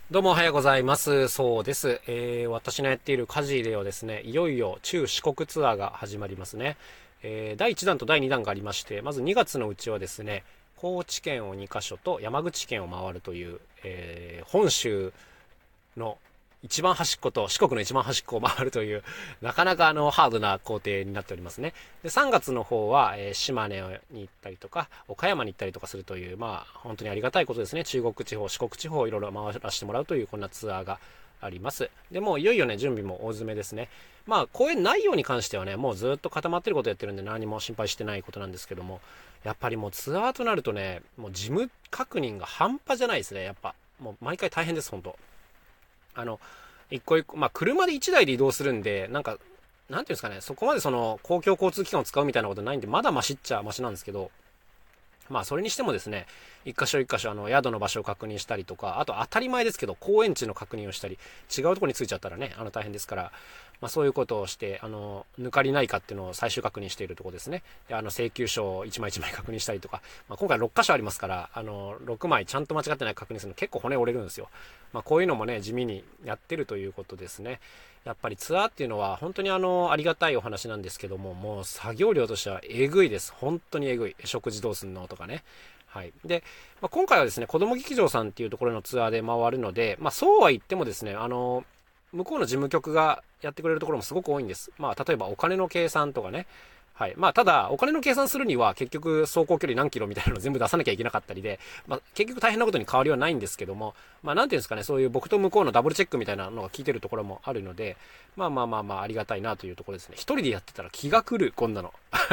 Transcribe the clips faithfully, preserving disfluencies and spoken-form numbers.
どうもおはようございます。そうです。えー、私のやっているカジではですね、いよいよ中四国ツアーが始まりますね。えー、だいいちだんとだいにだんがありまして、まずにがつのうちはですね、高知県をにカ所と山口県を回るという、えー、本州の一番端っこと四国の一番端っこを回るというなかなかあのハードな工程になっておりますね。でさんがつの方は、えー島根に行ったりとか岡山に行ったりとかするという、まあ本当にありがたいことですね。中国地方四国地方をいろいろ回らせてもらうというこんなツアーがあります。でもういよいよね、準備も大詰めですね。まあ公演内容に関してはね、もうずっと固まってることやってるんで何も心配してないことなんですけども、やっぱりもうツアーとなるとね、もう事務確認が半端じゃないですね。やっぱもう毎回大変です。本当あの一個一個、まあ車でいちだいで移動するんで、なんかなんていうんですかね、そこまでその公共交通機関を使うみたいなことないんで、まだマシっちゃマシなんですけど、まあそれにしてもですね、一箇所一箇所あの宿の場所を確認したりとか、あと当たり前ですけど公園地の確認をしたり、違うところに着いちゃったらね、あの大変ですから、まあそういうことをして、あの抜かりないかっていうのを最終確認しているところですね。で、あの請求書を一枚一枚確認したりとか、まあ、今回ろっ箇所ありますから、あのろくまいちゃんと間違ってない確認するの結構骨折れるんですよ。まあこういうのもね、地味にやってるということですね。やっぱりツアーっていうのは本当にあのありがたいお話なんですけども、もう作業量としてはえぐいです。本当にえぐい。食事どうすんのとかね。はい。で、まあ、今回はですね、子供劇場さんっていうところのツアーで回るので、まあそうは言ってもですね、あの、向こうの事務局がやってくれるところもすごく多いんです。まあ例えばお金の計算とかね、はい。まあ、ただ、お金の計算するには、結局、走行距離何キロみたいなのを全部出さなきゃいけなかったりで、まあ、結局大変なことに変わりはないんですけども、まあ、なんていうんですかね、そういう僕と向こうのダブルチェックみたいなのが効いてるところもあるので、まあまあまあまあ、ありがたいなというところですね。一人でやってたら気が狂う、こんなの。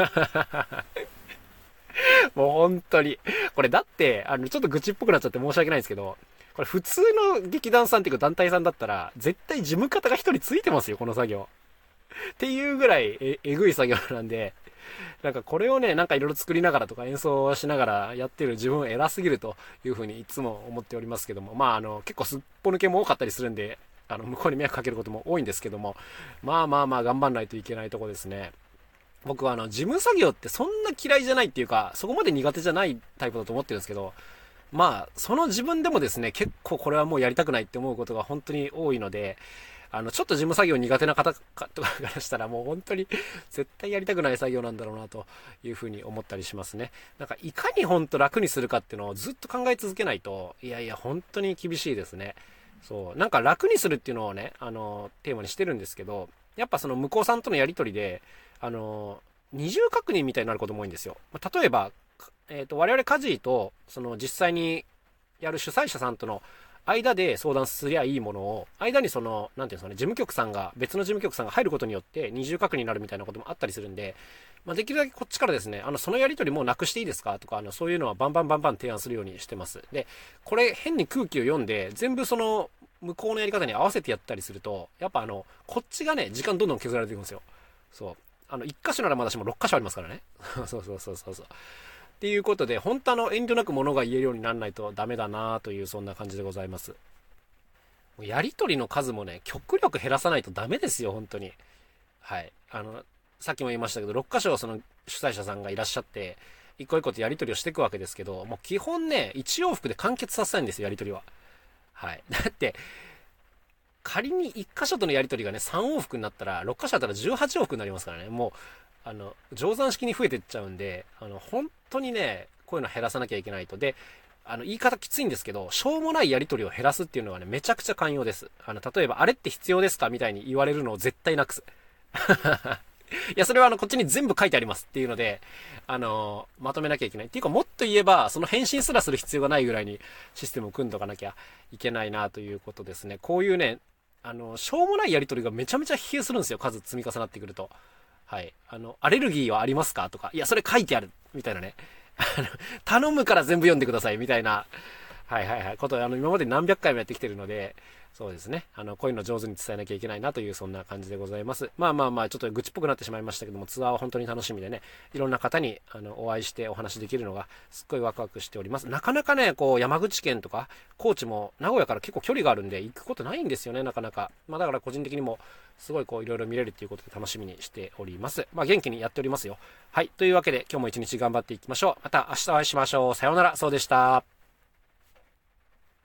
もう本当に。これだって、あの、ちょっと愚痴っぽくなっちゃって申し訳ないんですけど、これ普通の劇団さんっていうか団体さんだったら、絶対事務方が一人ついてますよ、この作業。っていうぐらいえ、えぐい作業なんで、なんかこれをね、なんかいろいろ作りながらとか演奏しながらやってる自分は偉すぎるというふうにいつも思っておりますけども、まああの、結構すっぽ抜けも多かったりするんで、あの、向こうに迷惑かけることも多いんですけども、まあまあまあ頑張んないといけないとこですね。僕はあの、事務作業ってそんな嫌いじゃないっていうか、そこまで苦手じゃないタイプだと思ってるんですけど、まあ、その自分でもですね、結構これはもうやりたくないって思うことが本当に多いので、あの、ちょっと事務作業苦手な方かとかからしたらもう本当に絶対やりたくない作業なんだろうなというふうに思ったりしますね。なんかいかに本当楽にするかっていうのをずっと考え続けないと、いやいや本当に厳しいですね。そう。なんか楽にするっていうのをね、あの、テーマにしてるんですけど、やっぱその向こうさんとのやりとりで、あの、二重確認みたいになることも多いんですよ。例えば、えっ、と、我々家事と、その実際にやる主催者さんとの間で相談すりゃいいものを、間にその、なんていうんですかね、事務局さんが、別の事務局さんが入ることによって二重確認になるみたいなこともあったりするんで、まあ、できるだけこっちからですね、あの、そのやりとりもうなくしていいですかとか、あの、そういうのはバンバンバンバン提案するようにしてます。で、これ変に空気を読んで、全部その、向こうのやり方に合わせてやったりすると、やっぱあの、こっちがね、時間どんどん削られていくんですよ。そう。あの、一箇所ならまだしもろっ箇所ありますからね。そうそうそうそうそう。っていうことで、本当あの遠慮なく物が言えるようにならないとダメだなというそんな感じでございます。やりとりの数もね、極力減らさないとダメですよ、本当に。はい。あの、さっきも言いましたけど、ろっ箇所その主催者さんがいらっしゃって、一個一個とやりとりをしていくわけですけど、もう基本ね、一往復で完結させたいんですよ、やりとりは。はい。だって、仮に一箇所とのやりとりがね、さん往復になったら、ろっ箇所だったらじゅうはち往復になりますからね。もう、あの、乗算式に増えていっちゃうんで、あの、本当にね、こういうの減らさなきゃいけないと。で、あの、言い方きついんですけど、しょうもないやりとりを減らすっていうのはね、めちゃくちゃ寛容です。あの、例えば、あれって必要ですかみたいに言われるのを絶対なくす。いや、それはあの、こっちに全部書いてありますっていうので、あのーまとめなきゃいけない。っていうか、もっと言えば、その返信すらする必要がないぐらいにシステムを組んどかなきゃいけないなということですね。こういうね、あの、しょうもないやりとりがめちゃめちゃ疲弊するんですよ。数積み重なってくると。はい。あの、アレルギーはありますかとか、いや、それ書いてある。みたいなね。あの、頼むから全部読んでください。みたいな、はいはいはい。ことを、あの、今まで何百回もやってきてるので、そうですね。あの、こういうの上手に伝えなきゃいけないなという、そんな感じでございます。まあまあまあ、ちょっと愚痴っぽくなってしまいましたけども、ツアーは本当に楽しみでね、いろんな方に、あの、お会いしてお話できるのが、すっごいワクワクしております。なかなかね、こう、山口県とか、高知も、名古屋から結構距離があるんで、行くことないんですよね、なかなか。まあだから個人的にも、すごいこう、いろいろ見れるっていうことで楽しみにしております。まあ元気にやっておりますよ。はい。というわけで、今日も一日頑張っていきましょう。また明日お会いしましょう。さようなら。そうでした。